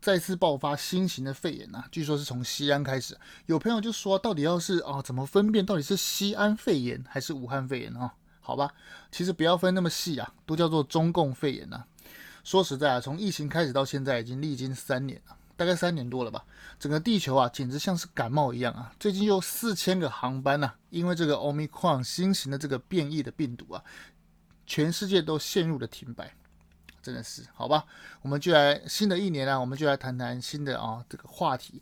再次爆发新型的肺炎啊，据说是从西安开始。有朋友就说，到底要是怎么分辨到底是西安肺炎还是武汉肺炎啊？好吧，其实不要分那么细啊，都叫做中共肺炎啊。说实在啊，从疫情开始到现在，已经历经3年了，大概3年多了吧。整个地球啊，简直像是感冒一样啊。最近又4000个航班啊，因为这个 Omicron 新型的这个变异的病毒啊，全世界都陷入了停摆。真的是好吧，我们就来新的一年啊，我们就来谈谈新的这个话题。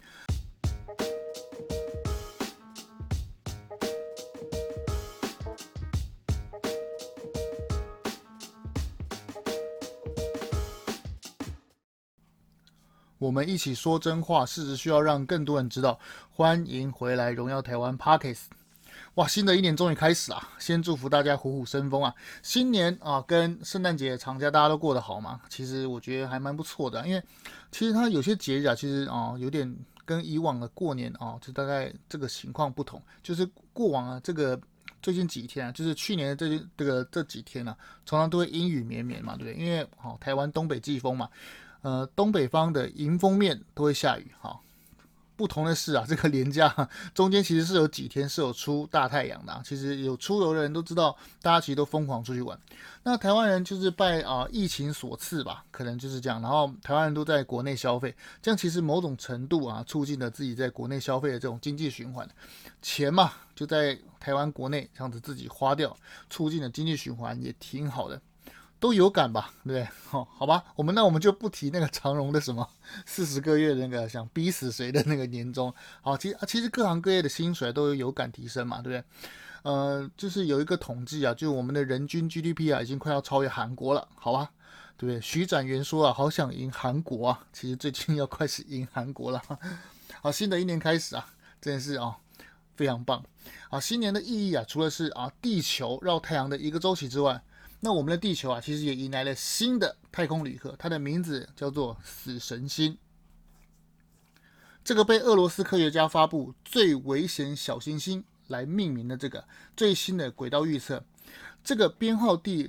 我们一起说真话，事实需要让更多人知道。欢迎回来，荣耀台湾 Podcast。哇，新的一年终于开始了，先祝福大家虎虎生风啊！新年啊，跟圣诞节长假大家都过得好吗？其实我觉得还蛮不错的，因为其实它有些节日啊，其实有点跟以往的过年就大概这个情况不同，就是过往啊这个。最近几天啊，就是去年的这几天啊，常常都会阴雨绵绵嘛，对不对？因为台湾东北季风嘛，东北方的迎风面都会下雨。不同的是啊，这个连假中间其实是有几天是有出大太阳的其实有出游的人都知道，大家其实都疯狂出去玩。那台湾人就是拜疫情所赐吧，可能就是这样。然后台湾人都在国内消费，这样其实某种程度促进了自己在国内消费的这种经济循环。钱嘛，就在台湾国内这样子自己花掉，促进了经济循环，也挺好的。都有感吧，对不对？好吧，我们就不提那个长荣的什么40个月的那个想逼死谁的那个年终。好，其实各行各业的薪水都有感提升嘛，对不对？就是有一个统计啊，就是我们的人均 GDP 已经快要超越韩国了，好吧？对不对？徐展元说好想赢韩国啊，其实最近要开始赢韩国了。好，新的一年开始真的是非常棒。好，新年的意义除了是地球绕太阳的一个周期之外，那我们的地球其实也迎来了新的太空旅客，它的名字叫做死神星。这个被俄罗斯科学家发布最危险小行星来命名的这个最新的轨道预测，这个编号第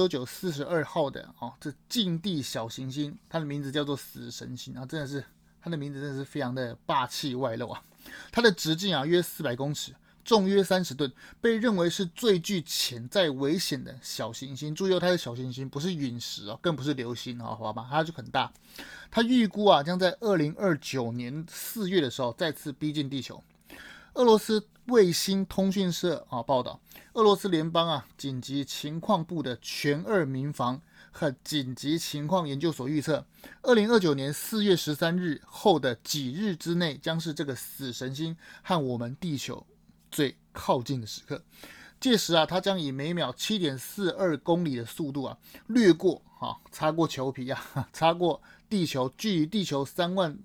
99942号的这近地小行星，它的名字叫做死神星真的是它的名字真的是非常的霸气外露它的直径约400公尺。重约30吨，被认为是最具潜在危险的小行星。注意它的小行星不是陨石更不是流星好吧，它就很大。它预估将在2029年4月的时候再次逼近地球。俄罗斯卫星通讯社报道，俄罗斯联邦紧急情况部的全2民防和紧急情况研究所预测，2029年4月13日后的几日之内，将是这个死神星和我们地球最靠近的时刻。届时它将以每秒 7.42 公里的速度掠过擦过球皮擦过地球，距离地球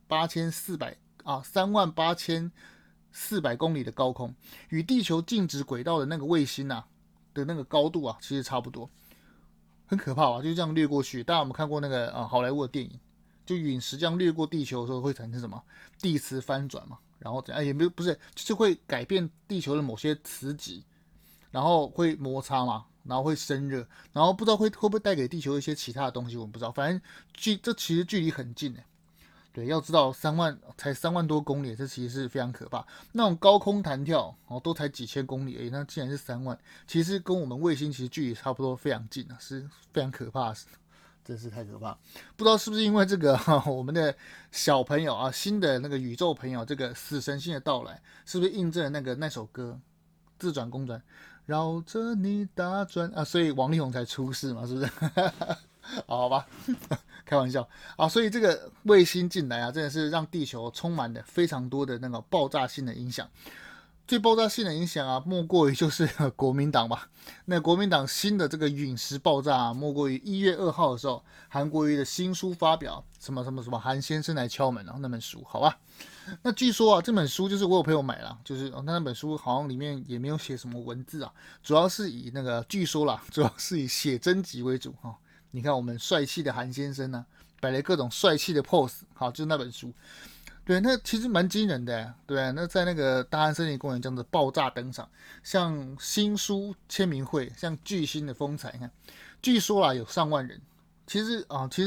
38400公里的高空，与地球静止轨道的那个卫星的那个高度其实差不多，很可怕就这样掠过去。大家有没有看过那个好莱坞的电影？就陨石这样掠过地球的时候会产生什么地磁翻转嘛？然后怎样也不是，就是会改变地球的某些磁极，然后会摩擦嘛，然后会生热，然后不知道会不会带给地球一些其他的东西，我们不知道。反正这其实距离很近对，要知道才3万多公里，这其实是非常可怕。那种高空弹跳都才几千公里而已，那竟然是3万，其实跟我们卫星其实距离差不多，非常近是非常可怕的事。真是太可怕！不知道是不是因为这个我们的小朋友新的那个宇宙朋友，这个死神星的到来，是不是印证了那首歌自转公转，绕着你打转所以王力宏才出世嘛，是不是？好吧，开玩笑所以这个卫星进来真的是让地球充满了非常多的那个爆炸性的影响。最爆炸性的影响莫过于就是国民党吧。那国民党新的这个陨石爆炸莫过于1月2号的时候，韩国瑜的新书发表，什么韩先生来敲门那本书，好吧。那据说这本书就是我有朋友买了，就是那本书好像里面也没有写什么文字主要是以那个据说啦，主要是以写真集为主你看我们帅气的韩先生摆了各种帅气的 pose， 好，就是那本书。对，那其实蛮惊人的对，那在那个大安森林公园这样的爆炸登场，像新书签名会，像巨星的风采，你看，据说有上万人。其实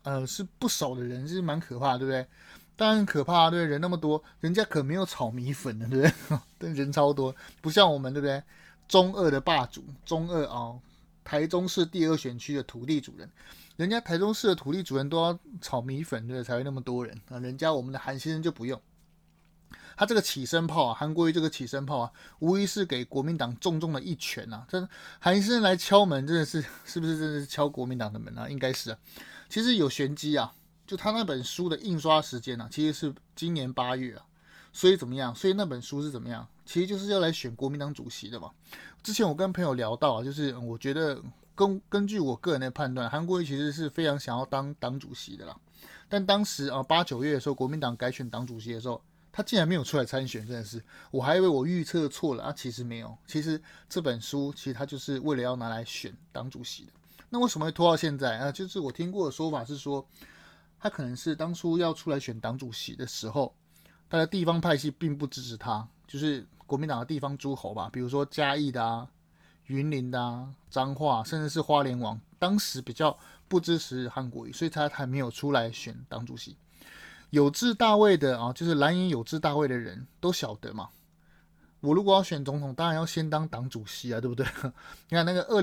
是不熟的人，是蛮可怕的，对不对？当然很可怕，对不对？人那么多，人家可没有炒米粉的，对不对？但人超多，不像我们，对不对？中二的霸主，中二台中市第2选区的土地主人，人家台中市的土地主人都要炒米粉，对，才会那么多人啊。人家我们的韩先生就不用，他这个起身炮啊，韩国瑜这个起身炮啊，无疑是给国民党重重的一拳啊！这韩先生来敲门，真的是不是真的是敲国民党的门啊？应该是啊。其实有玄机啊，就他那本书的印刷时间啊，其实是今年8月啊。所以怎么样？所以那本书是怎么样？其实就是要来选国民党主席的嘛。之前我跟朋友聊到啊，就是我觉得根据我个人的判断，韩国瑜其实是非常想要当党主席的啦。但当时啊8、9月的时候，国民党改选党主席的时候，他竟然没有出来参选，真的是我还以为我预测错了啊，其实没有。其实这本书其实他就是为了要拿来选党主席的。那为什么会拖到现在啊？就是我听过的说法是说，他可能是当初要出来选党主席的时候，他的地方派系并不支持他，就是国民党的地方诸侯吧，比如说嘉义的啊、云林的啊、彰化，甚至是花莲王，当时比较不支持韩国瑜，所以他还没有出来选党主席。有志大位的啊，就是蓝营有志大位的人都晓得嘛。我如果要选总统，当然要先当党主席啊，对不对？你看那个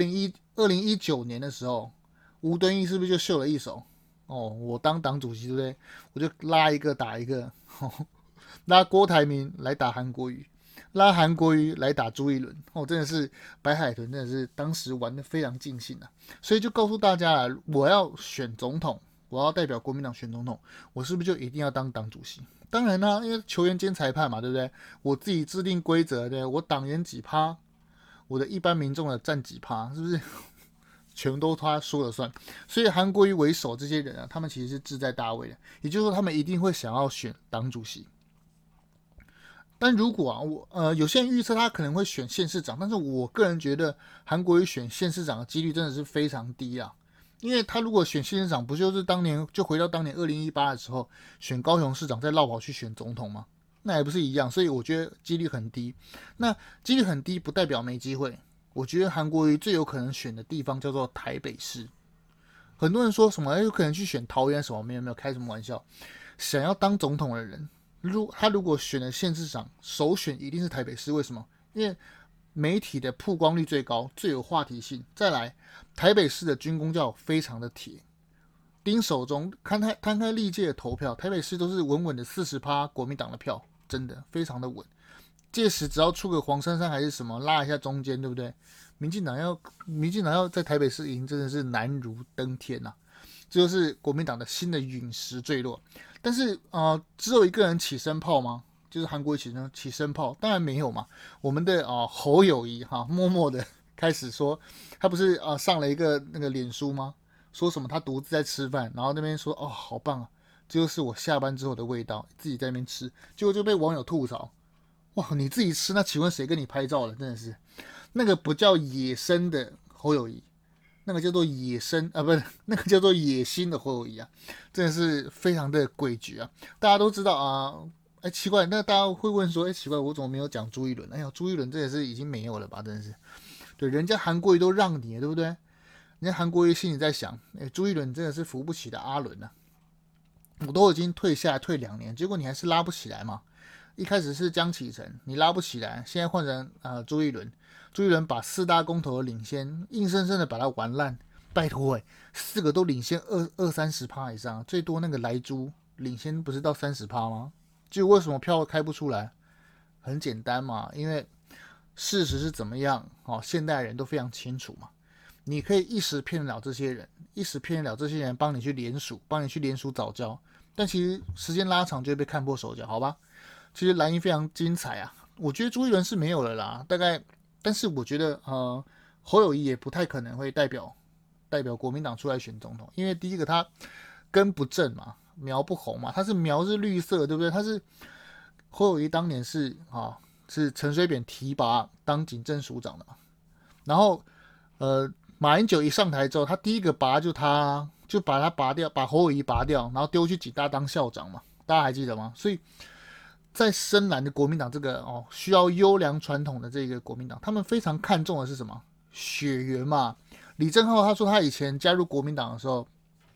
2019年的时候，吴敦义是不是就秀了一手？哦，我当党主席，对不对？我就拉一个打一个，拉郭台铭来打韩国瑜，拉韩国瑜来打朱一伦。哦，真的是白海豚，真的是当时玩的非常尽兴啊。所以就告诉大家了，我要选总统，我要代表国民党选总统，我是不是就一定要当党主席？当然啦、因为球员兼裁判嘛，对不对？我自己制定规则，对我党员几趴，我的一般民众的占几趴，是不是？全都他说了算。所以韩国瑜为首这些人啊，他们其实是志在大位的，也就是说，他们一定会想要选党主席。但如果有些人预测他可能会选县市长，但是我个人觉得韩国瑜选县市长的几率真的是非常低啊。因为他如果选县市长，不就是当年就回到当年2018的时候选高雄市长，再绕跑去选总统吗？那也不是一样，所以我觉得几率很低。那几率很低不代表没机会。我觉得韩国瑜最有可能选的地方叫做台北市。很多人说什么有可能去选桃园什么，没有开什么玩笑。想要当总统的人，他如果选了县市长，首选一定是台北市。为什么？因为媒体的曝光率最高，最有话题性。再来，台北市的军公教非常的铁，丁守中摊开历届的投票，台北市都是稳稳的40%国民党的票，真的非常的稳。届时只要出个黄珊珊还是什么拉一下中间，对不对？民进党要在台北市赢，真的是难如登天呐、这就是国民党的新的陨石坠落。但是只有一个人起身炮吗？就是韩国起身炮？当然没有嘛。我们的侯友谊默默的开始说，他不是上了一个那个脸书吗？说什么他独自在吃饭，然后那边说好棒啊，这就是我下班之后的味道，自己在那边吃，结果就被网友吐槽。哇，你自己吃，那请问谁跟你拍照了？真的是，那个不叫野生的侯友谊，那个叫做野生啊，不是那个叫做野心的侯友谊啊，真的是非常的诡谲啊！大家都知道啊，奇怪，那大家会问说，奇怪，我怎么没有讲朱一伦？哎呀，朱一伦这也是已经没有了吧？真的是，对，人家韩国瑜都让你了，对不对？人家韩国瑜心里在想，朱一伦真的是扶不起的阿伦啊！我都已经退下来退2年，结果你还是拉不起来嘛？一开始是江启臣，你拉不起来，现在换成朱一伦，朱一伦把4大公投的领先，硬生生的把它玩烂。拜托4个都领先20-30%以上，最多那个莱猪领先不是到30%吗？就为什么票开不出来？很简单嘛，因为事实是怎么样，现代人都非常清楚嘛。你可以一时骗得了这些人，一时骗得了这些人帮你去联署早教，但其实时间拉长就会被看破手脚，好吧？其实蓝营非常精彩啊，我觉得朱一伦是没有了啦，大概，但是我觉得侯友宜也不太可能会代表国民党出来选总统，因为第一个他根不正嘛，苗不红嘛，他是苗是绿色，对不对？他是侯友宜当年是陈水扁提拔当警政署长的嘛，然后马英九一上台之后，他第一个拔就把他拔掉，把侯友宜拔掉，然后丢去警大当校长嘛，大家还记得吗？所以在深蓝的国民党这个需要优良传统的这个国民党，他们非常看重的是什么？血缘嘛。李正皓他说他以前加入国民党的时候，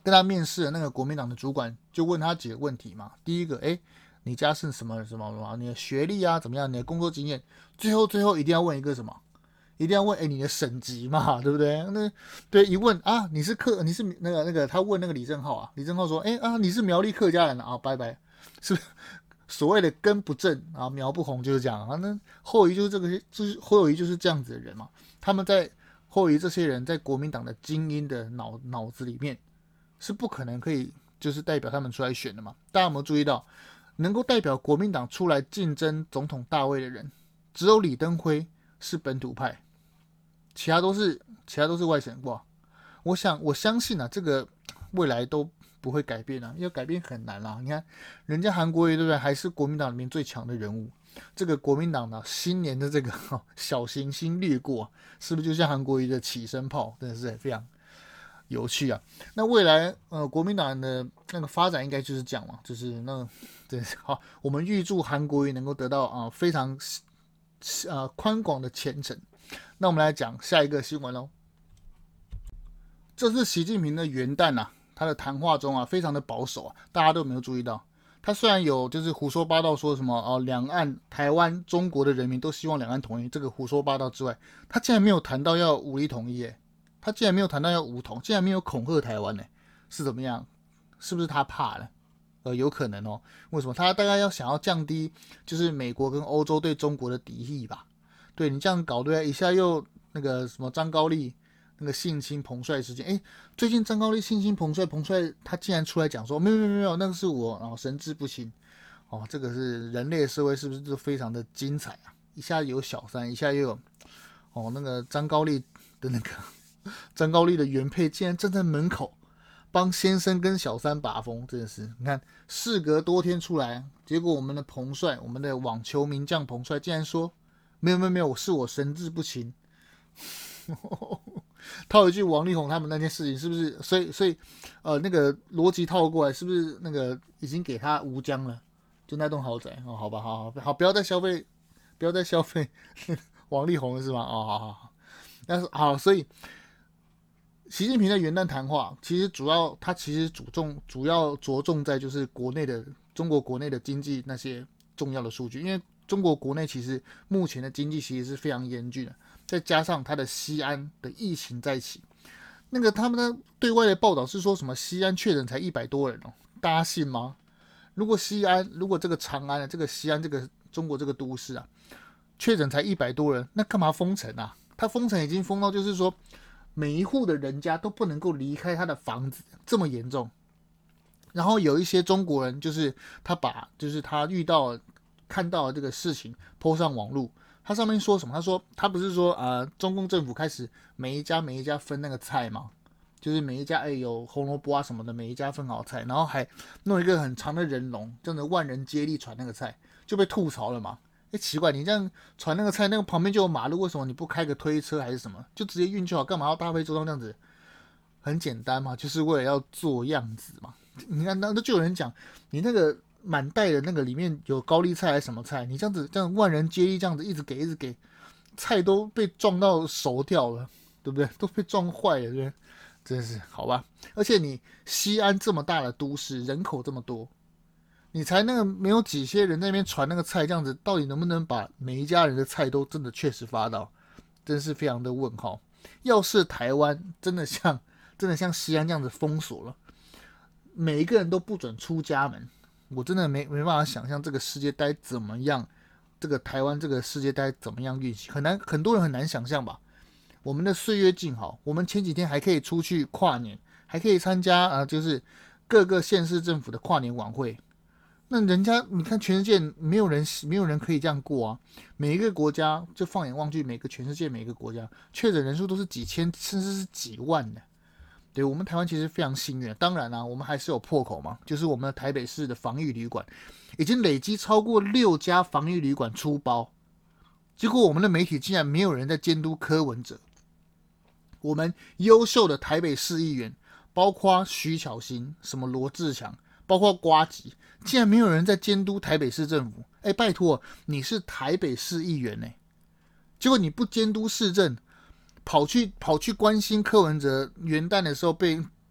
跟他面试的那个国民党的主管就问他几个问题嘛。第一个，你家是什么什么什么，你的学历啊怎么样，你的工作经验，最后一定要问一个什么？一定要问你的省级嘛，对不对？那对一问啊，你是那个他问那个李正浩啊，李正浩说，你是苗栗客家人啊，拜拜，是不是所谓的根不正啊，苗不红就是这样啊？那后移就是后移就是这样子的人嘛。他们在后移这些人在国民党的精英的脑子里面是不可能可以就是代表他们出来选的嘛。大家有没有注意到，能够代表国民党出来竞争总统大位的人，只有李登辉是本土派。其他都是外省哇！我相信啊，这个未来都不会改变啊，因为改变很难啦。你看，人家韩国瑜对不对，还是国民党里面最强的人物。这个国民党呢，新年的这个小行星掠过，是不是就像韩国瑜的起身炮？真的是非常有趣啊。那未来国民党的那个发展应该就是这样嘛，就是那真是好。我们预祝韩国瑜能够得到非常宽广的前程。那我们来讲下一个新闻喽。这是习近平的元旦啊，他的谈话中啊，非常的保守啊，大家都有没有注意到？他虽然有就是胡说八道说什么两岸、台湾、中国的人民都希望两岸统一，这个胡说八道之外，他竟然没有谈到要武力统一，他竟然没有谈到要武统，竟然没有恐吓台湾呢，是怎么样？是不是他怕了？有可能哦。为什么？他大概想要降低就是美国跟欧洲对中国的敌意吧。对你这样搞对，一下又那个什么张高丽那个性侵彭帅事件，最近张高丽性侵彭帅他竟然出来讲说没有，那个是我神志不清哦，这个是人类社会是不是就非常的精彩啊？一下有小三，一下又有那个张高丽的张高丽的原配竟然站在门口帮先生跟小三把风，真的是你看事隔多天出来，结果我们的彭帅，我们的网球名将彭帅竟然说。没有，是我神志不清。套一句王力宏他们那件事情，是不是？所以那个逻辑套过来，是不是那个已经给他吴江了？就那栋豪宅好吧，好，不要再消费王力宏了是吗？好。但是好，所以习近平的元旦谈话，其实主要着重在就是中国国内的经济那些重要的数据，因为中国国内其实目前的经济其实是非常严峻的，再加上它的西安的疫情在起，那个他们的对外的报道是说什么西安确诊才100多人哦，大家信吗？如果这个长安这个西安这个中国这个都市啊，确诊才100多人，那干嘛封城啊？他封城已经封到就是说每一户的人家都不能够离开他的房子，这么严重。然后有一些中国人就是他看到这个事情 po 上网络，他上面说什么？他不是说中共政府开始每一家分那个菜吗？就是每一家有红萝卜啊什么的，每一家分好菜，然后还弄一个很长的人龙，这样的万人接力传那个菜，就被吐槽了嘛。奇怪，你这样传那个菜，那个旁边就有马路，为什么你不开个推车还是什么，就直接运就好，干嘛要大费周章这样子？很简单嘛，就是为了要做样子嘛。你看，那就有人讲，你那个满袋的那个里面有高丽菜还是什么菜，你这样万人接力这样子一直给，菜都被撞到熟掉了，对不对？都被撞坏了，对不对？真是好吧。而且你西安这么大的都市，人口这么多，你才那个没有几些人在那边传那个菜，这样子到底能不能把每一家人的菜都真的确实发到？真是非常的问号。要是台湾真的像西安这样子封锁了，每一个人都不准出家门，我真的没办法想象这个世界该怎么样，这个台湾这个世界该怎么样运行，很多人很难想象吧。我们的岁月静好，我们前几天还可以出去跨年，还可以参加就是各个县市政府的跨年晚会。那人家你看全世界没有人可以这样过啊！每一个国家就放眼望去，全世界每个国家确诊人数都是几千甚至是几万的。对，我们台湾其实非常幸运，当然啦，我们还是有破口嘛，就是我们的台北市的防疫旅馆已经累积超过6家防疫旅馆出包，结果我们的媒体竟然没有人在监督柯文哲。我们优秀的台北市议员，包括徐巧芯、什么罗志强，包括呱吉，竟然没有人在监督台北市政府。拜托，你是台北市议员结果你不监督市政，跑去关心柯文哲元旦的时候被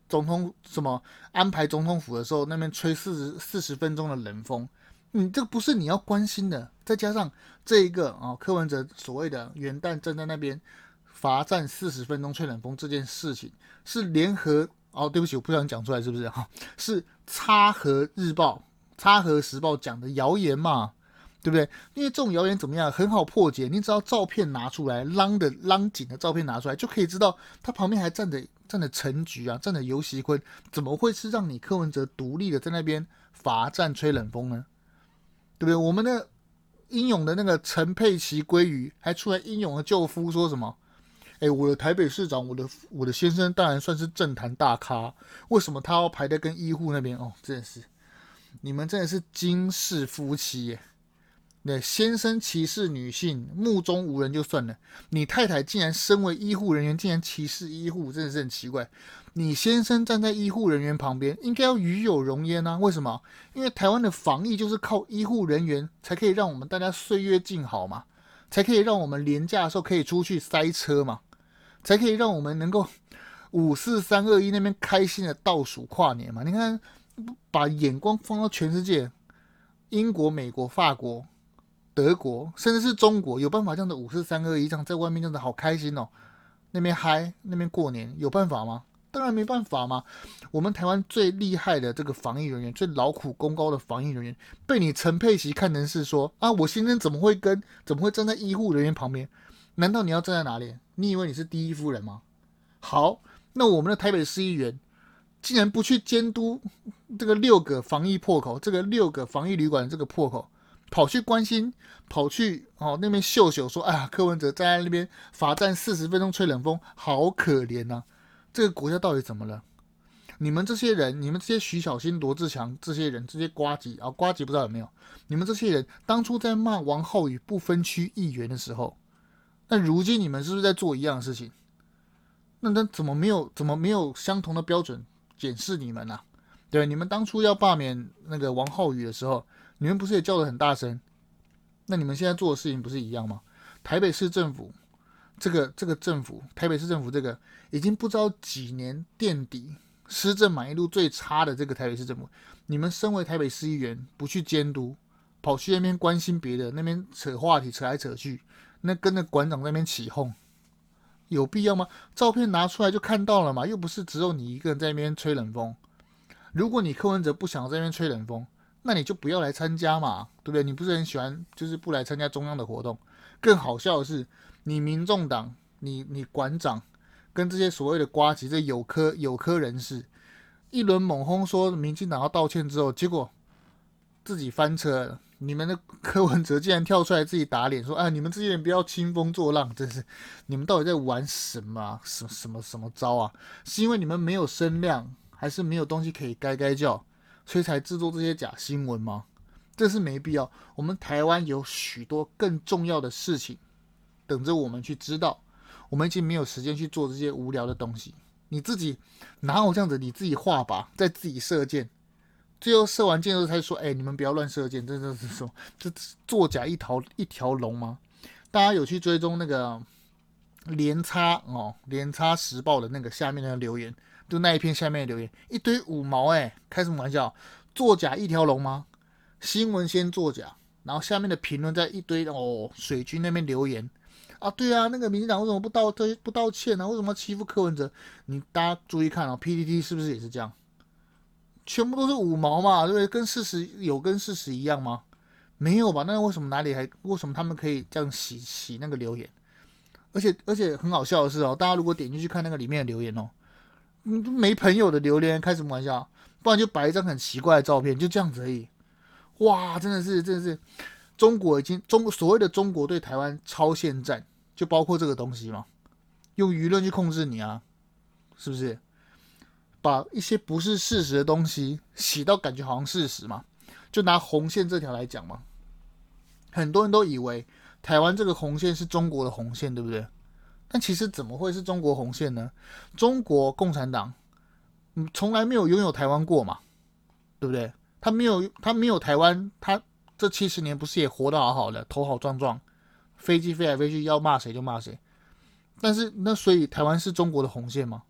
总统什么安排总统府的时候，那边吹40分钟的冷风，这不是你要关心的。再加上这一个柯文哲所谓的元旦站在那边罚站40分钟吹冷风这件事情，是联合对不起，我不小心讲出来，是不是是插合日报、插合时报讲的谣言嘛？对不对？因为这种谣言怎么样，很好破解，你只要照片拿出来，浪景的照片拿出来，就可以知道他旁边还站着陈菊啊，站着游锡堃，怎么会是让你柯文哲独立的在那边罚站吹冷风呢？对不对？我们的英勇的那个陈佩琪鲑鱼还出来英勇的救夫，说什么？我的台北市长，我的先生当然算是政坛大咖，为什么他要排在跟医护那边？真的是，你们真的是金氏夫妻耶！对，先生歧视女性，目中无人就算了，你太太竟然身为医护人员，竟然歧视医护，真的是很奇怪。你先生站在医护人员旁边，应该要与有荣焉啊？为什么？因为台湾的防疫就是靠医护人员才可以让我们大家岁月静好嘛，才可以让我们连假的时候可以出去塞车嘛，才可以让我们能够54321那边开心的倒数跨年嘛。你看，把眼光放到全世界，英国、美国、法国、德国，甚至是中国，有办法这样的54321这样在外面这样的好开心那边嗨，那边过年，有办法吗？当然没办法嘛。我们台湾最厉害的这个防疫人员，最劳苦功高的防疫人员，被你陈佩琪看成是说我先生怎么会站在医护人员旁边？难道你要站在哪里？你以为你是第一夫人吗？好，那我们的台北市议员竟然不去监督这个6个防疫破口，这个6个防疫旅馆的这个破口，跑去关心，跑去那边秀秀说，柯文哲站在那边罚站40分钟吹冷风，好可怜啊！这个国家到底怎么了？你们这些人，你们这些徐小新、罗志强这些人，这些呱吉呱吉不知道有没有？你们这些人当初在骂王浩宇不分区议员的时候，那如今你们是不是在做一样的事情？那怎么没有相同的标准检视你们啊？对，你们当初要罢免那个王浩宇的时候，你们不是也叫得很大声？那你们现在做的事情不是一样吗？台北市政府这个政府，台北市政府这个已经不知道几年垫底、施政满意度最差的这个台北市政府，你们身为台北市议员不去监督，跑去那边关心别的，那边扯话题扯来扯去，那跟着馆长那边起哄，有必要吗？照片拿出来就看到了嘛，又不是只有你一个人在那边吹冷风。如果你柯文哲不想在那边吹冷风，那你就不要来参加嘛，对不对？你不是很喜欢就是不来参加中央的活动？更好笑的是，你民众党、你馆长跟这些所谓的呱吉、这有科人士一轮猛轰说民进党要道歉之后，结果自己翻车了。你们的柯文哲竟然跳出来自己打脸说，你们这些人不要兴风作浪，真是你们到底在玩什么什么招啊？是因为你们没有声量，还是没有东西可以该叫，所以才制作这些假新闻吗？这是没必要。我们台湾有许多更重要的事情等着我们去知道，我们已经没有时间去做这些无聊的东西。你自己哪有这样子？你自己画靶，再自己射箭，最后射完箭之后才说，你们不要乱射箭，这是什么？这作假一条龙吗？大家有去追踪那个连插时报的那个下面的留言，就那一篇下面的留言，一堆五毛开什么玩笑？作假一条龙吗？新闻先作假，然后下面的评论在一堆水军那边留言对啊，那个民进党为什么不道歉呢？为什么欺负柯文哲？大家注意看PTT 是不是也是这样？全部都是五毛嘛，对不对？跟事实一样吗？没有吧？那为什么他们可以这样洗那个留言？而且很好笑的是大家如果点进去看那个里面的留言没朋友的留言，开什么玩笑？不然就摆一张很奇怪的照片，就这样子而已。哇，真的是，中国所谓的中国对台湾超限战，就包括这个东西嘛，用舆论去控制你啊，是不是？把一些不是事实的东西洗到感觉好像事实嘛，就拿红线这条来讲嘛，很多人都以为台湾这个红线是中国的红线，对不对？但其实怎么会是中国红线呢？中国共产党从来没有拥有台湾过嘛，对不对？他没有台湾，他这70年不是也活得好好的，头好壮壮，飞机飞来飞去，要骂谁就骂谁。但是所以台湾是中国的红线吗？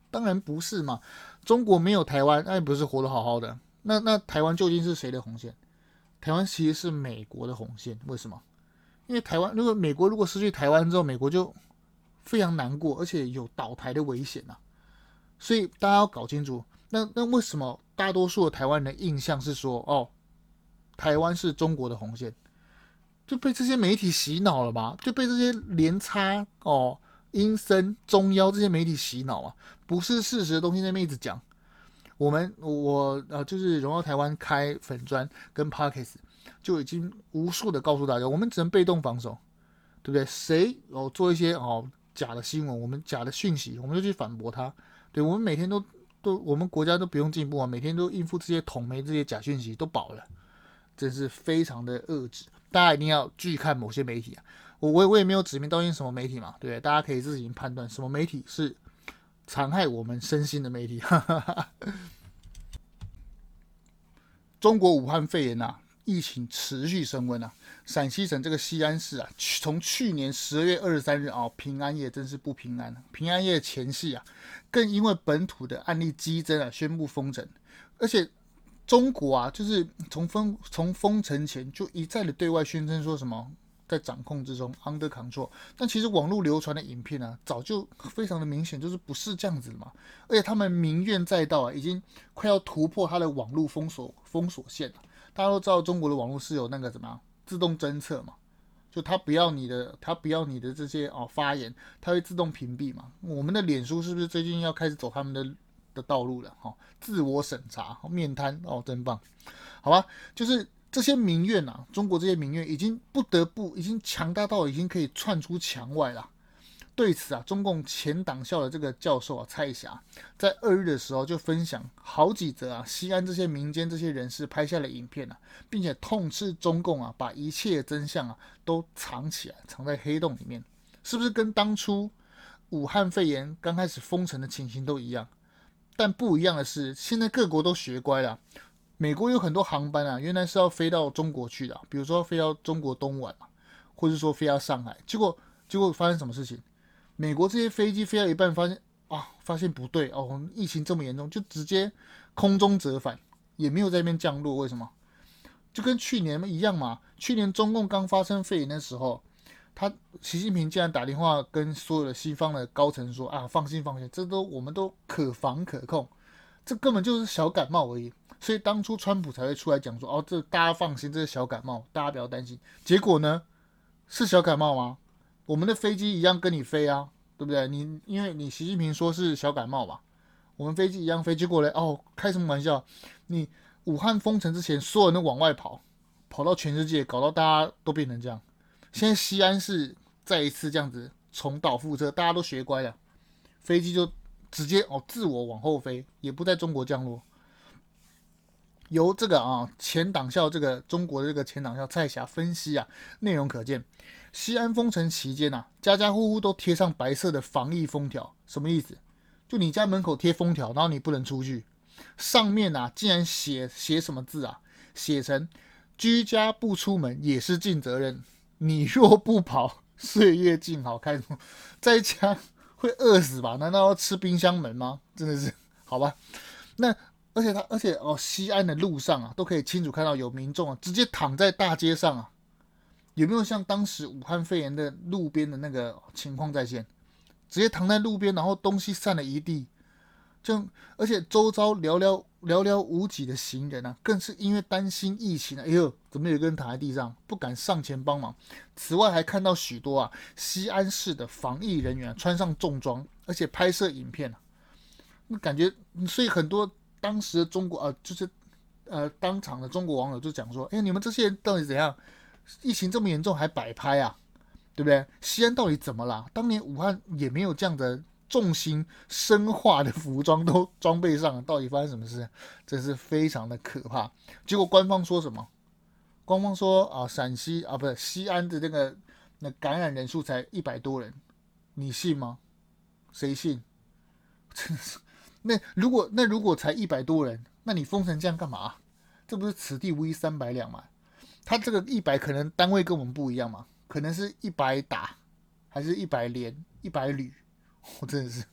当然不是嘛。中国没有台湾，那不是活得好好的。那台湾究竟是谁的红线？台湾其实是美国的红线。为什么？因为台湾美国如果失去台湾之后，美国就非常难过，而且有倒台的危险啊。所以大家要搞清楚，那为什么大多数的台湾人的印象是说，哦，台湾是中国的红线？就被这些媒体洗脑了吧？就被这些连插阴森、中央这些媒体洗脑啊，不是事实的东西在那边一直讲。我就是荣耀台湾开粉专跟 Podcast 就已经无数的告诉大家，我们只能被动防守，对不对？谁做一些假的新闻，我们假的讯息，我们就去反驳他。对，我们每天都我们国家都不用进步啊，每天都应付这些统媒这些假讯息都饱了，真是非常的恶质。大家一定要拒看某些媒体啊，我也没有指名道姓什么媒体嘛，对不对？大家可以自行判断什么媒体是残害我们身心的媒体。中国武汉肺炎疫情持续升温陕西省这个西安市从去年12月23日平安夜真是不平安平安夜前夕更因为本土的案例激增宣布封城，而且中国就是从封城前就一再的对外宣称说什么在掌控之中 under control， 但其实网络流传的影片早就非常的明显就是不是这样子的嘛，而且他们民怨载道已经快要突破他的网络封锁线了。大家都知道中国的网络是有那个怎么样自动侦测嘛，就他不要你的这些发言，他会自动屏蔽嘛。我们的脸书是不是最近要开始走他们的道路了？自我审查面瘫真棒，好吧，就是这些民怨中国这些民怨已经不得不已经强大到已经可以窜出墙外了。对此中共前党校的这个教授蔡霞在2日的时候就分享好几则西安这些民间这些人士拍下的影片并且痛斥中共把一切真相都藏起来，藏在黑洞里面，是不是跟当初武汉肺炎刚开始封城的情形都一样？但不一样的是，现在各国都学乖了。美国有很多航班原来是要飞到中国去的，比如说飞到中国东莞或者说飞到上海，结果发生什么事情？美国这些飞机飞到一半发现不对疫情这么严重，就直接空中折返，也没有在那边降落。为什么？就跟去年一样嘛。去年中共刚发生肺炎的时候，习近平竟然打电话跟所有的西方的高层说放心，这我们都可防可控，这根本就是小感冒而已。所以当初川普才会出来讲说这大家放心，这是小感冒，大家不要担心。结果呢，是小感冒吗？我们的飞机一样跟你飞对不对？因为你习近平说是小感冒嘛，我们飞机一样飞，结果嘞开什么玩笑？你武汉封城之前，所有人都往外跑到全世界，搞到大家都变成这样。现在西安市再一次这样子重蹈覆辙，大家都学乖了，飞机就直接自我往后飞，也不在中国降落。由这个前党校这个中国的这个前党校蔡霞分析内容可见，西安封城期间家家户户都贴上白色的防疫封条，什么意思？就你家门口贴封条，然后你不能出去，上面竟然写什么字写成居家不出门也是尽责任，你若不跑，岁月静好看。在家会饿死吧？难道要吃冰箱门吗？真的是好吧。那而且西安的路上都可以清楚看到有民众直接躺在大街上有没有像当时武汉肺炎的路边的那个情况再现？直接躺在路边，然后东西散了一地，而且周遭寥寥无几的行人更是因为担心疫情怎么有个人躺在地上，不敢上前帮忙。此外还看到许多西安市的防疫人员穿上重装，而且拍摄影片那感觉，所以很多当时的中国就是当场的中国网友就讲说，你们这些人到底怎样？疫情这么严重还摆拍对不对？西安到底怎么啦？当年武汉也没有这样的重型生化的服装都装备上了，到底发生什么事？真是非常的可怕。结果官方说什么？官方说陕西不是西安的那感染人数才100多人，你信吗？谁信？真的是。那如果才100多人，那你封成这样干嘛？这不是此地无银300两吗？他这个100可能单位跟我们不一样嘛，可能是100打，还是100连100旅？我真的是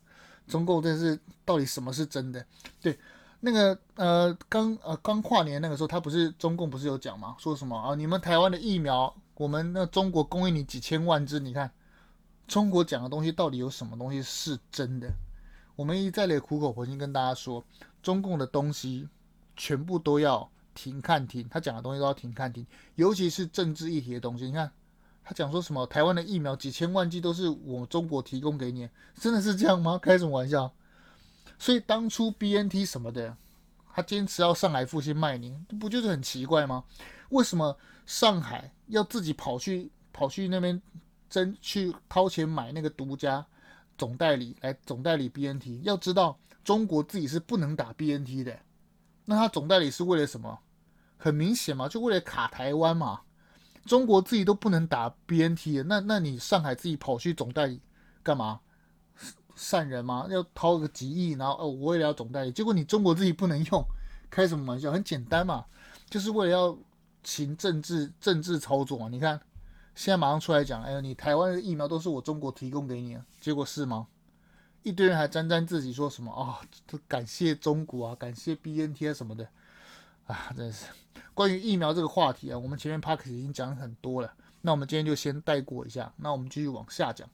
中共真是到底什么是真的？对，那个刚跨年那个时候，他不是中共不是有讲吗？说什么啊？你们台湾的疫苗，我们那中国供应你几千万支，你看中国讲的东西到底有什么东西是真的？我们一再的苦口婆心跟大家说，中共的东西全部都要停看停，他讲的东西都要停看停，尤其是政治议题的东西。你看他讲说什么台湾的疫苗几千万剂都是我中国提供给你，真的是这样吗？开什么玩笑？所以当初 BNT 什么的，他坚持要上海复兴卖你，不就是很奇怪吗？为什么上海要自己跑去那边去掏钱买那个独家总代理BNT？要知道中国自己是不能打 BNT 的，那他总代理是为了什么？很明显嘛，就为了卡台湾嘛。中国自己都不能打 BNT 的，那你上海自己跑去总代理干嘛？善人吗？要掏个几亿，然后我为了要总代理，结果你中国自己不能用，开什么玩笑？很简单嘛，就是为了要行政治操作嘛。你看现在马上出来讲，你台湾的疫苗都是我中国提供给你的，结果是吗？一堆人还沾沾自喜说什么感谢中国啊，感谢 BNT 啊什么的啊，真的是。关于疫苗这个话题啊，我们前面 Park 已经讲很多了，那我们今天就先带过一下，那我们继续往下讲。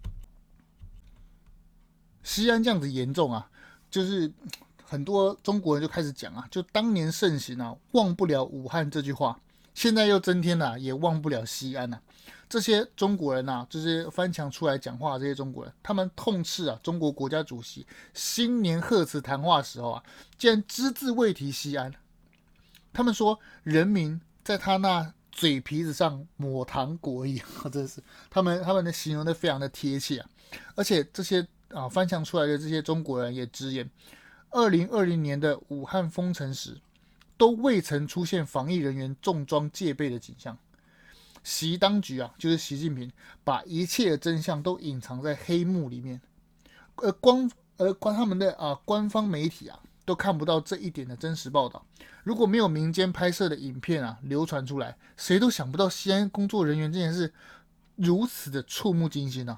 西安这样子严重啊，就是很多中国人就开始讲啊，就当年盛行啊，忘不了武汉这句话，现在又增添了，也忘不了西安啊。这些中国人啊，这些翻墙出来讲话的这些中国人，他们痛斥啊，中国国家主席新年贺词谈话的时候啊，竟然只字未提西安。他们说人民在他那嘴皮子上抹糖果一样，真是他们的形容的非常的贴切啊。而且这些翻墙出来的这些中国人也直言，2020年的武汉封城时，都未曾出现防疫人员重装戒备的景象。习当局啊，就是习近平，把一切的真相都隐藏在黑幕里面，他们的官方媒体啊，都看不到这一点的真实报道。如果没有民间拍摄的影片啊流传出来，谁都想不到西安工作人员这件事如此的触目惊心啊！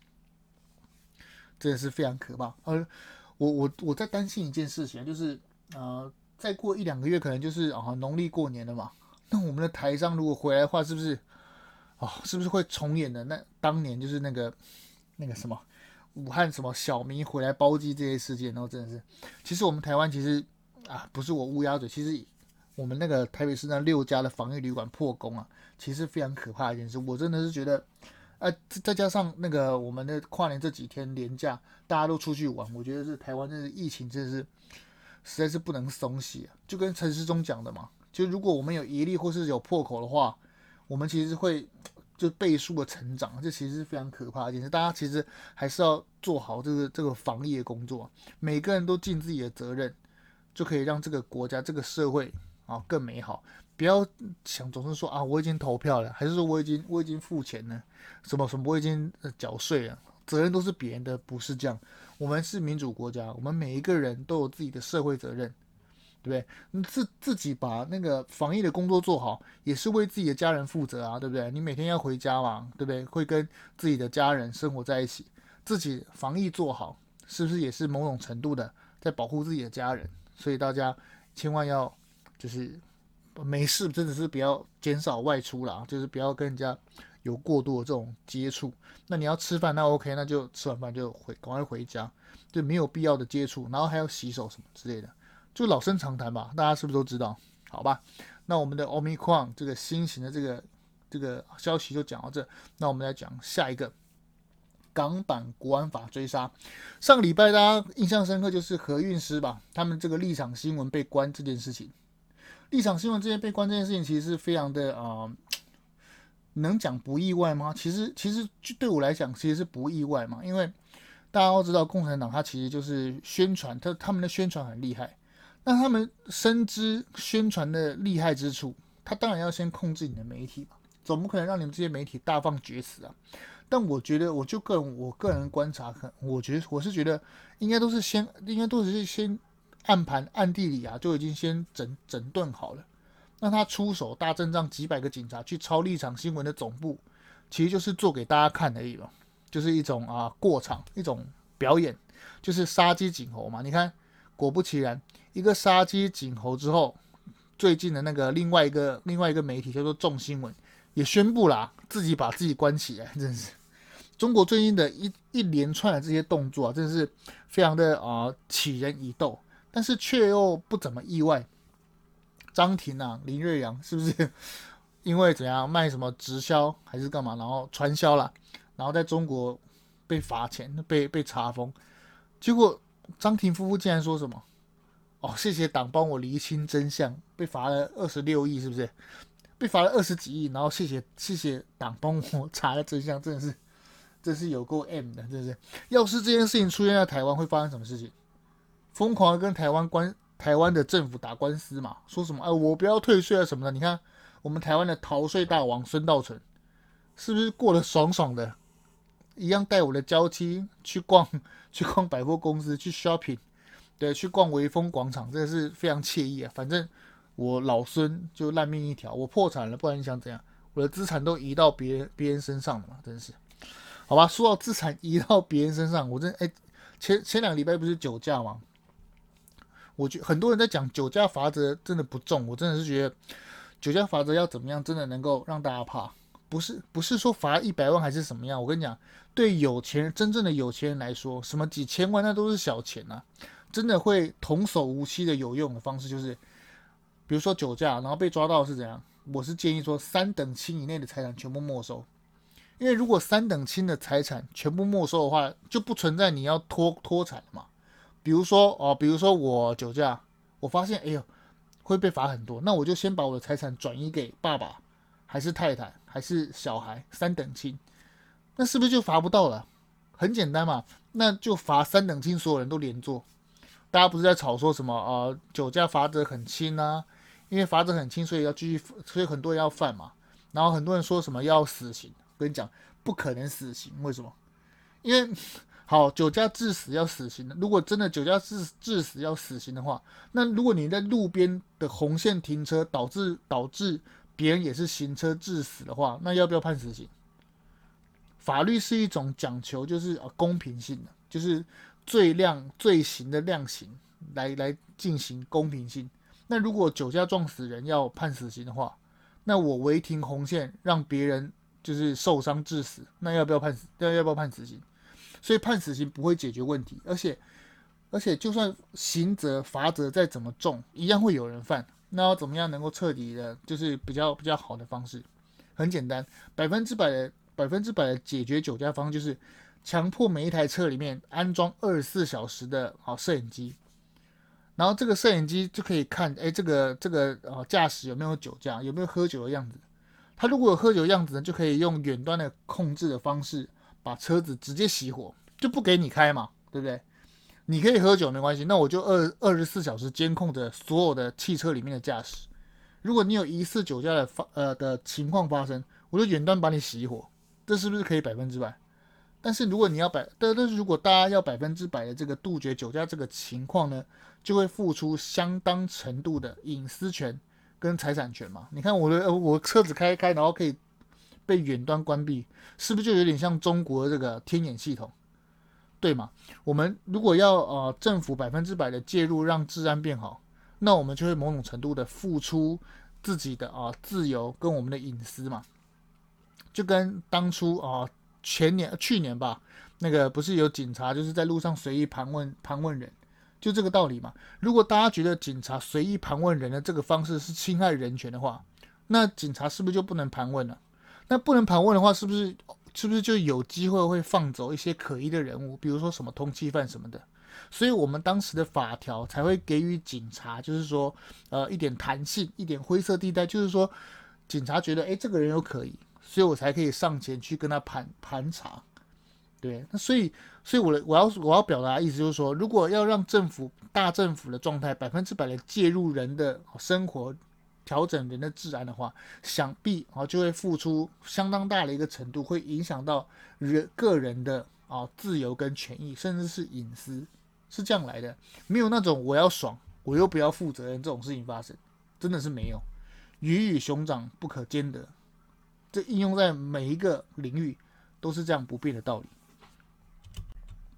真的是非常可怕。我在担心一件事情，就是再过1-2个月可能就是农历过年了嘛。那我们的台商如果回来的话，是不是会重演的那当年就是那个什么武汉什么小民回来包机这些事件？然后真的是，其实我们台湾其实不是我乌鸦嘴，其实我们那个台北市那6家的防疫旅馆破功啊，其实非常可怕的一件事。我真的是觉得。再加上那个我们的跨年这几天连假，大家都出去玩，我觉得是台湾这疫情真的是实在是不能松懈啊。就跟陈时中讲的嘛，就如果我们有疑虑或是有破口的话，我们其实会就倍数的成长，这其实是非常可怕的一件事。大家其实还是要做好这个防疫的工作，每个人都尽自己的责任，就可以让这个国家这个社会更美好。不要想总是说我已经投票了，还是说我已经付钱了，什么我已经缴税了，责任都是别人的，不是这样。我们是民主国家，我们每一个人都有自己的社会责任，对不对？你自己把那个防疫的工作做好，也是为自己的家人负责啊，对不对？你每天要回家嘛，对不对？会跟自己的家人生活在一起，自己防疫做好，是不是也是某种程度的在保护自己的家人？所以大家千万要就是没事，真的是不要减少外出啦，就是不要跟人家有过多的这种接触。那你要吃饭，那 OK， 那就吃完饭就赶快回家，就没有必要的接触，然后还要洗手什么之类的，就老生常谈吧，大家是不是都知道？好吧，那我们的 Omicron 这个新型的这个消息就讲到这，那我们来讲下一个。港版国安法追杀，上个礼拜大家印象深刻就是何韵诗吧，他们这个立场新闻被关这件事情。立场新闻这件被关这件事情，其实是非常的能讲不意外吗？其实对我来讲，其实是不意外嘛，因为大家都知道，共产党它其实就是宣传，他们的宣传很厉害。那他们深知宣传的厉害之处，他当然要先控制你的媒体嘛，总不可能让你们这些媒体大放厥词啊。但我觉得，我个人观察，我是觉得应该都是先暗地里就已经先整顿好了。那他出手大阵仗几百个警察去抄立场新闻的总部，其实就是做给大家看而已嘛，就是一种过场，一种表演，就是杀鸡儆猴嘛。你看，果不其然，一个杀鸡儆猴之后，最近的那个另外一个媒体叫做众新闻也宣布啦，自己把自己关起来，真是。中国最近的一连串的这些动作啊，真的是非常的起人疑窦，但是却又不怎么意外。张庭啊、林瑞阳是不是因为怎样卖什么直销还是干嘛，然后传销啦，然后在中国被罚钱、被查封？结果张庭夫妇竟然说什么？哦，谢谢党帮我厘清真相，被罚了26亿，是不是？被罚了20几亿，然后谢谢党帮我查了真相，真是有够 M 的，真是。要是这件事情出现在台湾，会发生什么事情？疯狂的跟台湾的政府打官司嘛，说什么我不要退税啊什么的。你看我们台湾的逃税大王孙道存，是不是过得爽爽的？一样带我的娇妻去逛百货公司，去 shopping， 对，去逛微风广场，真的是非常惬意啊。反正我老孙就烂命一条，我破产了，不然你想怎样？我的资产都移到别人身上了嘛，真是。好吧，说到资产移到别人身上，我真前2个礼拜不是酒驾吗？我觉得很多人在讲酒驾罚则真的不重，我真的是觉得酒驾罚则要怎么样，真的能够让大家怕，不是说罚100万还是什么样。我跟你讲，对真正的有钱人来说，什么几千万那都是小钱啊，真的会童叟无欺的有用的方式就是，比如说酒驾，然后被抓到是怎样？我是建议说3等亲以内的财产全部没收，因为如果3等亲的财产全部没收的话，就不存在你要脱产了嘛。比如说我酒驾，我发现会被罚很多，那我就先把我的财产转移给爸爸，还是太太，还是小孩，3等亲，那是不是就罚不到了？很简单嘛，那就罚3等亲，所有人都连坐。大家不是在吵说什么酒驾罚则很轻啊，因为罚则很轻，所以要继续，所以很多人要犯嘛。然后很多人说什么要死刑，我跟你讲，不可能死刑，为什么？因为好，酒驾致死要死刑的。如果真的酒驾致死要死刑的话，那如果你在路边的红线停车，导致别人也是行车致死的话，那要不要判死刑？法律是一种讲求就是公平性的，就是罪刑的量刑来进行公平性。那如果酒驾撞死人要判死刑的话，那我违停红线让别人就是受伤致死，那要不要判死刑？所以判死刑不会解决问题，而且就算刑责罚则再怎么重，一样会有人犯。那要怎么样能够彻底的，就是比较好的方式？很简单，100%的解决酒驾方式就是强迫每一台车里面安装24小时的摄影机，然后这个摄影机就可以看，这个驾驶有没有酒驾，有没有喝酒的样子。他如果有喝酒的样子呢，就可以用远端的控制的方式把车子直接熄火，就不给你开嘛，对不对？你可以喝酒没关系，那我就24小时监控着所有的汽车里面的驾驶。如果你有疑似酒驾的情况发生，我就远端把你熄火，这是不是可以100%？但是如果如果大家要100%的这个杜绝酒驾这个情况呢，就会付出相当程度的隐私权跟财产权嘛。你看我车子开，然后可以被远端关闭，是不是就有点像中国的这个天眼系统？对嘛？我们如果要政府100%的介入让治安变好，那我们就会某种程度的付出自己的自由跟我们的隐私嘛。就跟当初去年吧，那个不是有警察就是在路上随意盘问人，就这个道理嘛。如果大家觉得警察随意盘问人的这个方式是侵害人权的话，那警察是不是就不能盘问了？那不能盘问的话，是不是就有机会会放走一些可疑的人物，比如说什么通缉犯什么的？所以我们当时的法条才会给予警察，就是说一点弹性，一点灰色地带，就是说警察觉得这个人有可疑，所以我才可以上前去跟他盘查。对，那所以我要表达的意思就是说，如果要让大政府的状态100%的介入人的生活，调整人的治安的话，想必就会付出相当大的一个程度，会影响到个人的自由跟权益，甚至是隐私，是这样来的。没有那种我要爽，我又不要负责任这种事情发生，真的是没有。鱼与熊掌不可兼得，这应用在每一个领域都是这样不变的道理。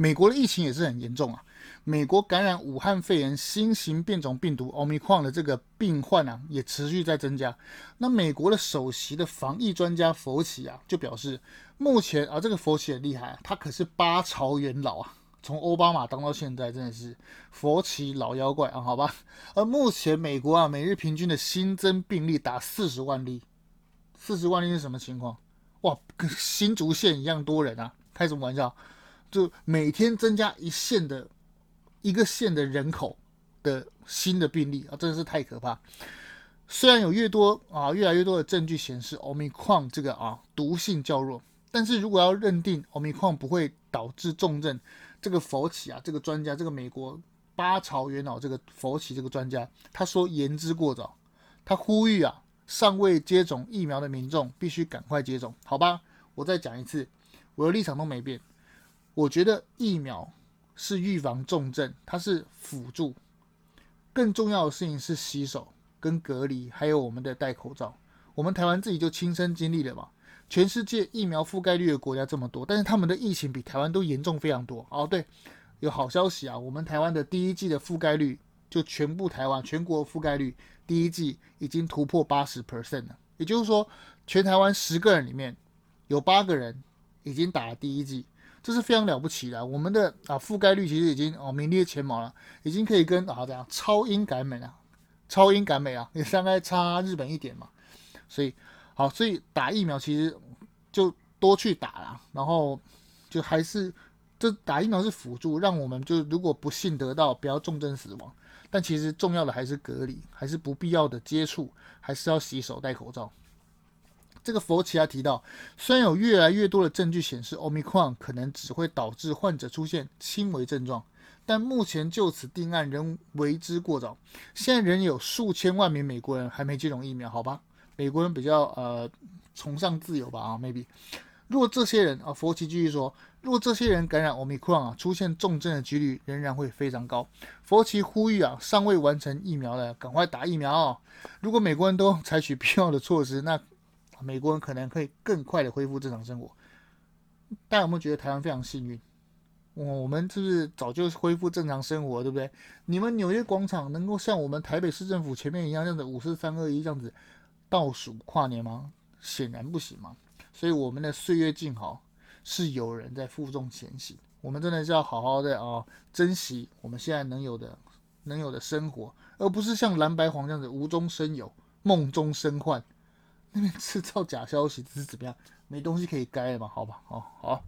美国的疫情也是很严重啊。美国感染武汉肺炎新型变种病毒 Omicron 的这个病患啊，也持续在增加。那美国的首席的防疫专家佛奇啊，就表示，目前啊，这个佛奇很厉害啊，他可是8朝元老啊，从奥巴马当到现在，真的是佛奇老妖怪啊，好吧。而目前美国啊，每日平均的新增病例达40万例，40万例是什么情况？哇，跟新竹县一样多人啊，开什么玩笑？就每天增加一个县的人口的新的病例啊，真的是太可怕。虽然有越来越多的证据显示 Omicron 这个毒性较弱，但是如果要认定 Omicron 不会导致重症，这个佛奇啊，这个专家，这个美国8朝元老这个佛奇这个专家，他说言之过早，他呼吁啊，尚未接种疫苗的民众必须赶快接种，好吧？我再讲一次，我的立场都没变，我觉得疫苗是预防重症，它是辅助，更重要的事情是洗手跟隔离，还有我们的戴口罩。我们台湾自己就亲身经历了嘛，全世界疫苗覆盖率的国家这么多，但是他们的疫情比台湾都严重非常多。哦，对，有好消息啊，我们台湾的第一剂的覆盖率，就全部台湾全国覆盖率，第一剂已经突破80% 了，也就是说，全台湾10个人里面有8个人已经打了第一剂。这是非常了不起的，我们的覆盖率其实已经名列前茅了，已经可以跟这样超英赶美也大概差日本一点嘛，所以打疫苗其实就多去打啦，然后就还是这打疫苗是辅助，让我们就如果不幸得到不要重症死亡，但其实重要的还是隔离，还是不必要的接触，还是要洗手戴口罩。这个佛奇还提到，虽然有越来越多的证据显示 Omicron 可能只会导致患者出现轻微症状，但目前就此定案仍为之过早。现在仍有数千万名美国人还没接种疫苗，好吧？美国人比较崇尚自由吧maybe。如果这些人佛奇继续说，如果这些人感染 Omicron 出现重症的几率仍然会非常高。佛奇呼吁尚未完成疫苗的赶快打疫苗如果美国人都采取必要的措施，那美国人可能可以更快的恢复正常生活。大家有没有觉得台湾非常幸运？我们是不是早就恢复正常生活，对不对？你们纽约广场能够像我们台北市政府前面一样，这样子5、4、3、2、1这样子倒数跨年吗？显然不行嘛。所以我们的岁月静好是有人在负重前行，我们真的是要好好的珍惜我们现在能有的生活，而不是像蓝白黄这样子无中生有、梦中生幻。那边制造假消息，这是怎么样？没东西可以改了嘛？好吧，好。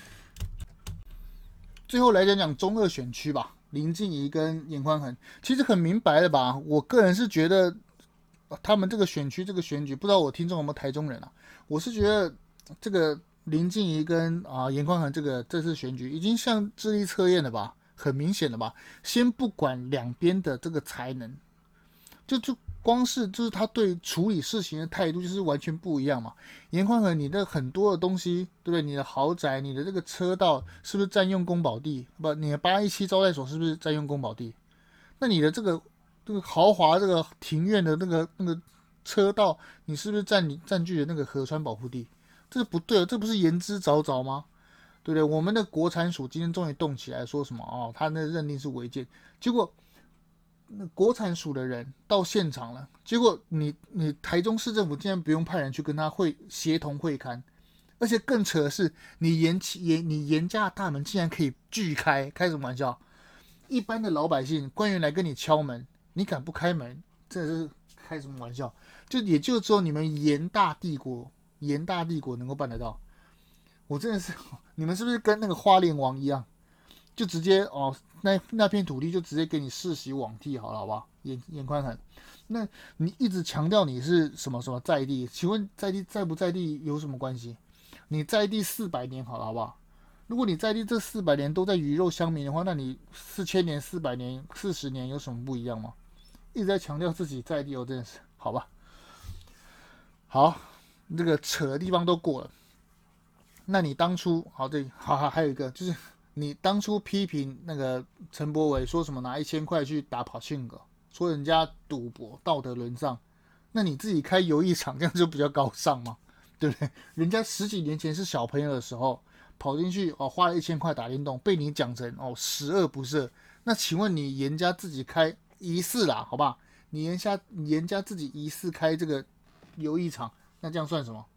最后来讲中二选区吧，林静怡跟严宽恒，其实很明白了吧？我个人是觉得，他们这个选区这个选举，不知道我听众有没有台中人啊？我是觉得这个林静怡跟严宽恒这次选举已经像智力测验了吧？很明显了吧？先不管两边的这个才能，就光是就是他对处理事情的态度就是完全不一样嘛。严宽恒，你的很多的东西，对不对？你的豪宅，你的这个车道是不是占用公保地？不，你的817招待所是不是占用公保地？那你的这个豪华这个庭院的那个车道，你是不是占据了那个河川保护地？这不对，这不是言之凿凿吗？对不对？我们的国产署今天终于动起来，说什么他那认定是违建，结果。那国产署的人到现场了，结果你台中市政府竟然不用派人去跟他协同会勘，而且更扯的是，你严家的大门竟然可以拒开，开什么玩笑？一般的老百姓官员来跟你敲门，你敢不开门？这是开什么玩笑？也就只有你们严大帝国能够办得到。我真的是，你们是不是跟那个花莲王一样，就直接那片土地就直接给你世袭罔替好了，好不好？严宽恒，那你一直强调你是什么什么在地，请问在地在不在地有什么关系？你在地400年好了，好不好？如果你在地这400年都在鱼肉乡民的话，那你4000年、400年、40年有什么不一样吗？一直在强调自己在地真的是好吧？好，这个扯的地方都过了。那你当初还有一个就是。你当初批评那个陈柏惟说什么拿1000块去打跑庆哥，说人家赌博道德沦丧，那你自己开游艺场这样就比较高尚嘛，对不对？人家10几年前是小朋友的时候， 跑进去哦，花了1000块打电动，被你讲成哦十恶不赦，那请问你严家自己开疑似啦，好吧？你严家自己疑似开这个游艺场，那这样算什么？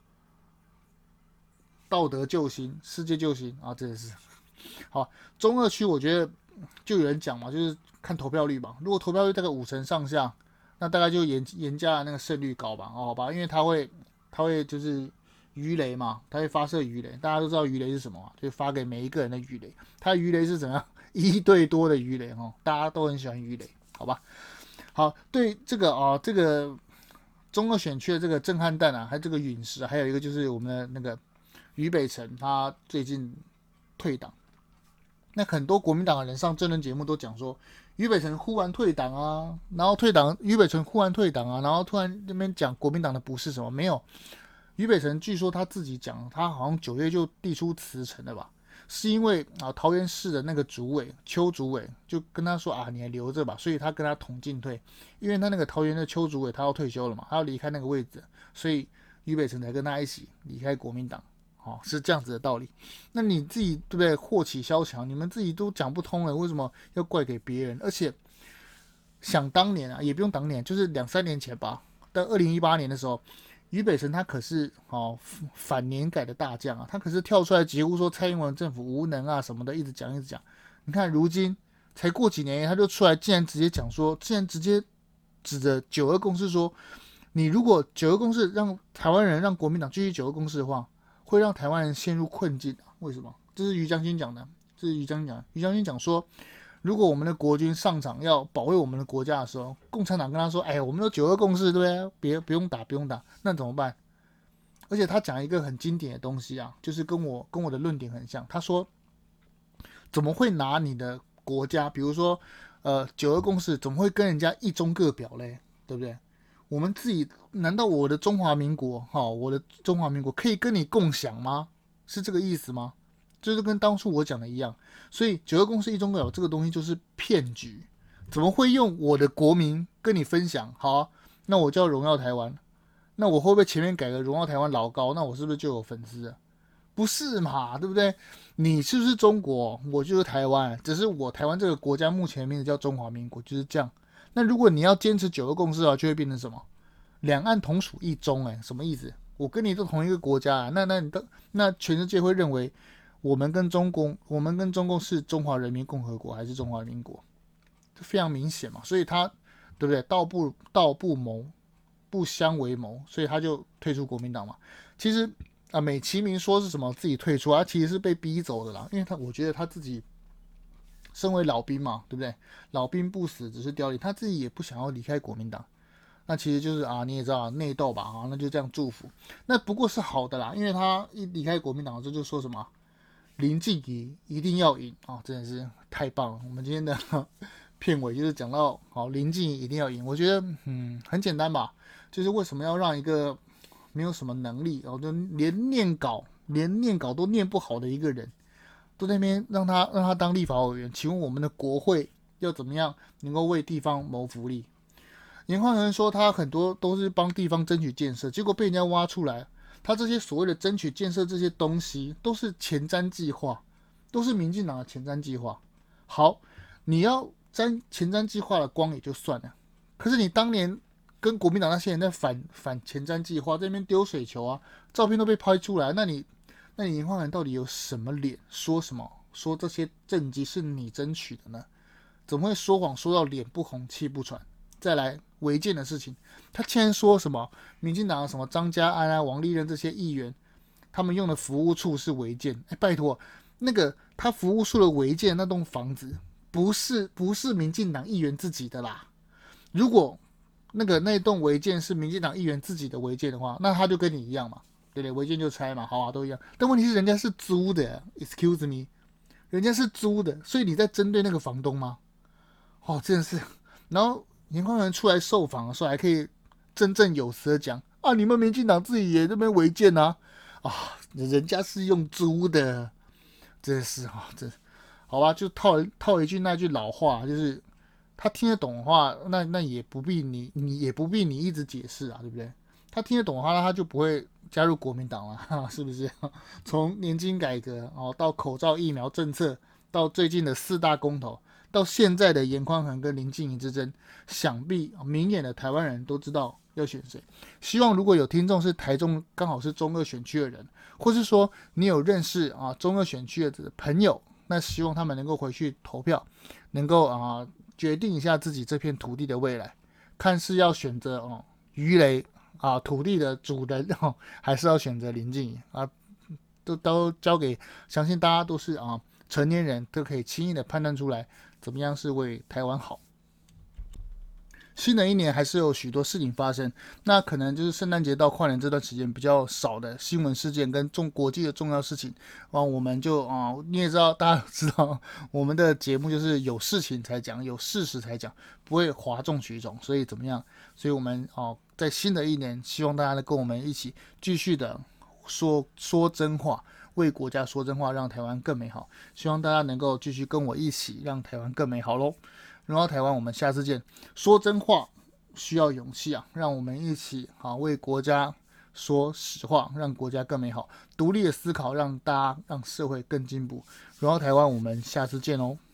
道德救星、世界救星啊，真的是好。中二区我觉得就有人讲嘛，就是看投票率吧。如果投票率大概50%上下，那大概就严家的那个胜率高吧，哦，好吧，因为他会就是鱼雷嘛，他会发射鱼雷，大家都知道鱼雷是什么嘛，就发给每一个人的鱼雷。他鱼雷是怎样1对多的鱼雷哦，大家都很喜欢鱼雷，好吧？好，对这个这个中二选区的这个震撼弹啊，还有这个陨石，还有一个就是我们的那个俞北辰，他最近退党。那很多国民党的人上政论节目都讲说，俞北辰忽然退党啊，然后俞北辰忽然退党啊，然后突然那边讲国民党的不是什么没有。俞北辰据说他自己讲，他好像9月就递出辞呈了吧，是因为桃园市的那个主委邱主委就跟他说你还留着吧，所以他跟他同进退，因为他那个桃园的邱主委他要退休了嘛，他要离开那个位置，所以俞北辰才跟他一起离开国民党。是这样子的道理。那你自己对不对？祸起萧墙，你们自己都讲不通了，为什么要怪给别人？而且想当年也不用当年，就是2-3年前吧，在2018年的时候，俞北辰他可是反年改的大将啊，他可是跳出来疾呼说蔡英文政府无能啊什么的，一直讲。你看如今才过几年，他就出来竟然直接讲说，竟然直接指着9·2共识说，你如果9·2共识让台湾人让国民党继续9·2共识的话，会让台湾人陷入困境为什么？这是于将军讲的。于将军讲说，如果我们的国军上场要保卫我们的国家的时候，共产党跟他说：“我们都9·2共识，对不对？不用打，那怎么办？”而且他讲一个很经典的东西啊，就是跟我的论点很像。他说：“怎么会拿你的国家，比如说9·2共识，怎么会跟人家一中各表嘞？对不对？我们自己难道我的中华民国可以跟你共享吗？是这个意思吗？就是跟当初我讲的一样。所以9·2共识一中各表这个东西就是骗局，怎么会用我的国民跟你分享？好那我叫荣耀台湾，那我会不会前面改个荣耀台湾老高？那我是不是就有粉丝了？不是嘛，对不对？你是不是中国？我就是台湾，只是我台湾这个国家目前的名字叫中华民国，就是这样。那如果你要坚持9·2共识就会变成什么？两岸同属一中，什么意思？我跟你都同一个国家那全世界会认为我们跟中共是中华人民共和国还是中华民国？这非常明显嘛，所以他对不对？道不谋，不相为谋，所以他就退出国民党嘛。其实美其名说是什么自己退出他其实是被逼走的啦，因为我觉得他自己身为老兵嘛，对不对？老兵不死只是凋零，他自己也不想要离开国民党。那其实就是你也知道内斗吧，那就这样祝福。那不过是好的啦，因为他一离开国民党之后就说什么林静怡一定要赢真的是太棒了。我们今天的片尾就是讲到林静怡一定要赢，我觉得很简单吧，就是为什么要让一个没有什么能力就连念稿都念不好的一个人，都在那边让他当立法委员？请问我们的国会要怎么样能够为地方谋福利？严宽仁说他很多都是帮地方争取建设，结果被人家挖出来，他这些所谓的争取建设这些东西都是前瞻计划，都是民进党的前瞻计划。好，你要沾前瞻计划的光也就算了，可是你当年跟国民党那些人在反前瞻计划，在那边丢水球照片都被拍出来，那你严宽仁到底有什么脸说这些政绩是你争取的呢？怎么会说谎说到脸不红气不喘？再来违建的事情，他竟然说什么民进党什么张家安王立任这些议员，他们用的服务处是违建。拜托，那个他服务处的违建那栋房子，不是民进党议员自己的啦。如果那栋违建是民进党议员自己的违建的话，那他就跟你一样嘛，对不对？违建就拆嘛，好都一样。但问题是人家是租的 ，excuse me， 人家是租的，所以你在针对那个房东吗？真的是，然后。严宽仁出来受访的时候，还可以振振有词的讲你们民进党自己也这边违建人家是用租的，真是真好吧，就套一句那句老话，就是他听得懂的话，那也不必你一直解释对不对？他听得懂的话，他就不会加入国民党了，是不是？从年金改革到口罩疫苗政策，到最近的4大公投，到现在的严宽恒跟林静怡之争，想必明眼的台湾人都知道要选谁。希望如果有听众是台中刚好是中二选区的人，或是说你有认识中二选区的朋友，那希望他们能够回去投票，能够决定一下自己这片土地的未来，看是要选择鱼雷土地的主人还是要选择林静怡都交给，相信大家都是成年人，都可以轻易的判断出来怎么样是为台湾好。新的一年还是有许多事情发生，那可能就是圣诞节到跨年这段时间比较少的新闻事件跟国际的重要事情我们就你也知道，大家知道我们的节目就是有事情才讲，有事实才讲，不会哗众取宠，所以怎么样？所以我们在新的一年，希望大家能跟我们一起继续的说真话，为国家说真话，让台湾更美好。希望大家能够继续跟我一起，让台湾更美好咯。荣耀台湾，我们下次见。说真话需要勇气让我们一起为国家说实话，让国家更美好。独立的思考，让大家让社会更进步。荣耀台湾，我们下次见哦。